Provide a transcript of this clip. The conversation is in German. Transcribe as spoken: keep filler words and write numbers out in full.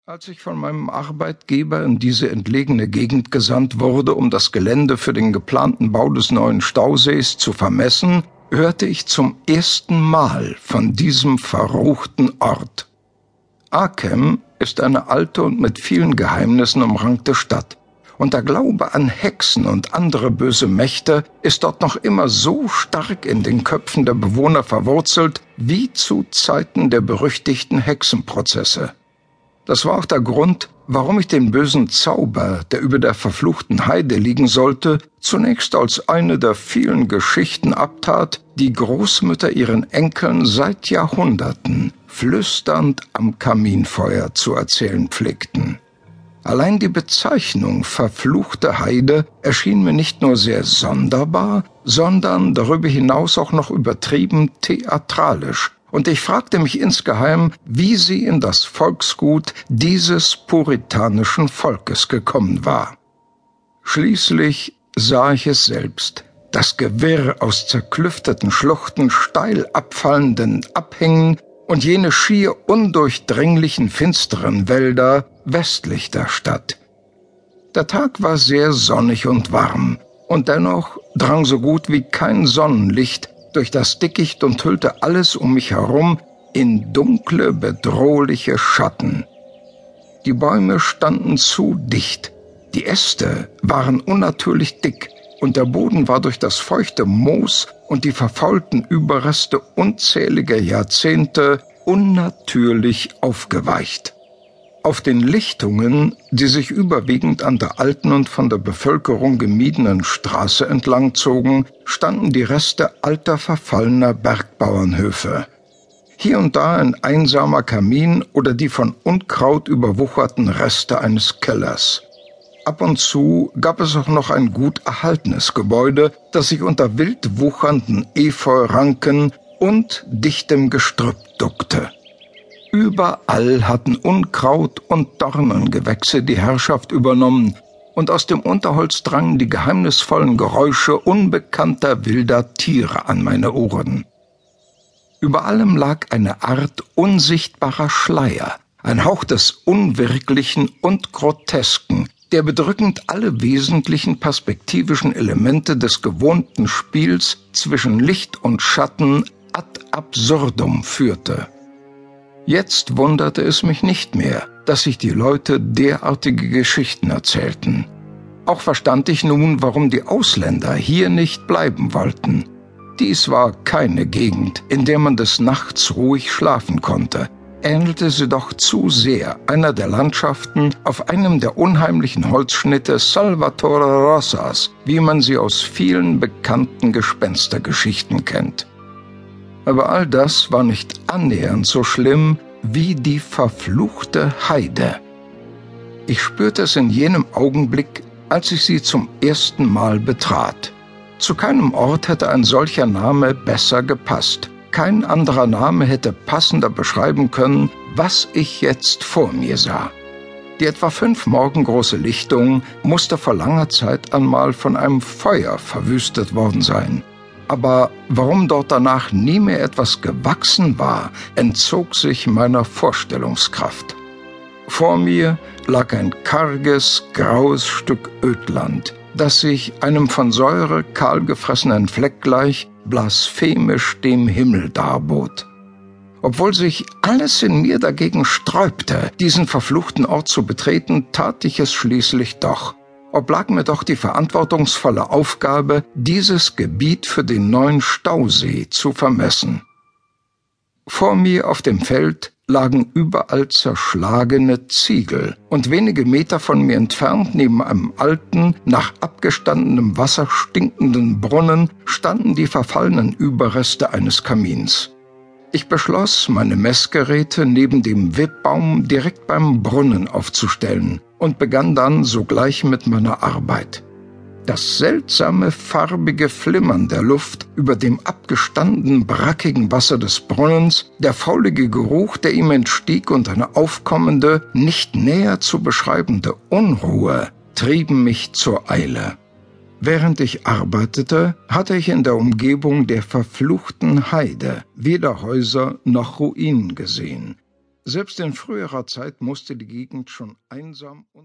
Als ich von meinem Arbeitgeber in diese entlegene Gegend gesandt wurde, um das Gelände für den geplanten Bau des neuen Stausees zu vermessen, hörte ich zum ersten Mal von diesem verruchten Ort. Arkham ist eine alte und mit vielen Geheimnissen umrankte Stadt, und der Glaube an Hexen und andere böse Mächte ist dort noch immer so stark in den Köpfen der Bewohner verwurzelt wie zu Zeiten der berüchtigten Hexenprozesse. Das war auch der Grund, warum ich den bösen Zauber, der über der verfluchten Heide liegen sollte, zunächst als eine der vielen Geschichten abtat, die Großmütter ihren Enkeln seit Jahrhunderten flüsternd am Kaminfeuer zu erzählen pflegten. Allein die Bezeichnung verfluchte Heide erschien mir nicht nur sehr sonderbar, sondern darüber hinaus auch noch übertrieben theatralisch, und ich fragte mich insgeheim, wie sie in das Volksgut dieses puritanischen Volkes gekommen war. Schließlich sah ich es selbst, das Gewirr aus zerklüfteten Schluchten, steil abfallenden Abhängen und jene schier undurchdringlichen finsteren Wälder westlich der Stadt. Der Tag war sehr sonnig und warm, und dennoch drang so gut wie kein Sonnenlicht durch das Dickicht und hüllte alles um mich herum in dunkle, bedrohliche Schatten. Die Bäume standen zu dicht, die Äste waren unnatürlich dick, und der Boden war durch das feuchte Moos und die verfaulten Überreste unzähliger Jahrzehnte unnatürlich aufgeweicht. Auf den Lichtungen, die sich überwiegend an der alten und von der Bevölkerung gemiedenen Straße entlang zogen, standen die Reste alter verfallener Bergbauernhöfe. Hier und da ein einsamer Kamin oder die von Unkraut überwucherten Reste eines Kellers. Ab und zu gab es auch noch ein gut erhaltenes Gebäude, das sich unter wild wuchernden Efeuranken und dichtem Gestrüpp duckte. Überall hatten Unkraut und Dornengewächse die Herrschaft übernommen, und aus dem Unterholz drangen die geheimnisvollen Geräusche unbekannter wilder Tiere an meine Ohren. Über allem lag eine Art unsichtbarer Schleier, ein Hauch des Unwirklichen und Grotesken, der bedrückend alle wesentlichen perspektivischen Elemente des gewohnten Spiels zwischen Licht und Schatten ad absurdum führte. Jetzt wunderte es mich nicht mehr, dass sich die Leute derartige Geschichten erzählten. Auch verstand ich nun, warum die Ausländer hier nicht bleiben wollten. Dies war keine Gegend, in der man des Nachts ruhig schlafen konnte, ähnelte sie doch zu sehr einer der Landschaften auf einem der unheimlichen Holzschnitte Salvatore Rossas, wie man sie aus vielen bekannten Gespenstergeschichten kennt. Aber all das war nicht annähernd so schlimm wie die verfluchte Heide. Ich spürte es in jenem Augenblick, als ich sie zum ersten Mal betrat. Zu keinem Ort hätte ein solcher Name besser gepasst. Kein anderer Name hätte passender beschreiben können, was ich jetzt vor mir sah. Die etwa fünf Morgen große Lichtung musste vor langer Zeit einmal von einem Feuer verwüstet worden sein. Aber warum dort danach nie mehr etwas gewachsen war, entzog sich meiner Vorstellungskraft. Vor mir lag ein karges, graues Stück Ödland, das sich einem von Säure kahl gefressenen Fleck gleich blasphemisch dem Himmel darbot. Obwohl sich alles in mir dagegen sträubte, diesen verfluchten Ort zu betreten, tat ich es schließlich doch. Oblag mir doch die verantwortungsvolle Aufgabe, dieses Gebiet für den neuen Stausee zu vermessen. Vor mir auf dem Feld lagen überall zerschlagene Ziegel, und wenige Meter von mir entfernt, neben einem alten, nach abgestandenem Wasser stinkenden Brunnen, standen die verfallenen Überreste eines Kamins. Ich beschloss, meine Messgeräte neben dem Webbaum direkt beim Brunnen aufzustellen und begann dann sogleich mit meiner Arbeit. Das seltsame, farbige Flimmern der Luft über dem abgestandenen, brackigen Wasser des Brunnens, der faulige Geruch, der ihm entstieg, und eine aufkommende, nicht näher zu beschreibende Unruhe trieben mich zur Eile. Während ich arbeitete, hatte ich in der Umgebung der verfluchten Heide weder Häuser noch Ruinen gesehen. Selbst in früherer Zeit musste die Gegend schon einsam und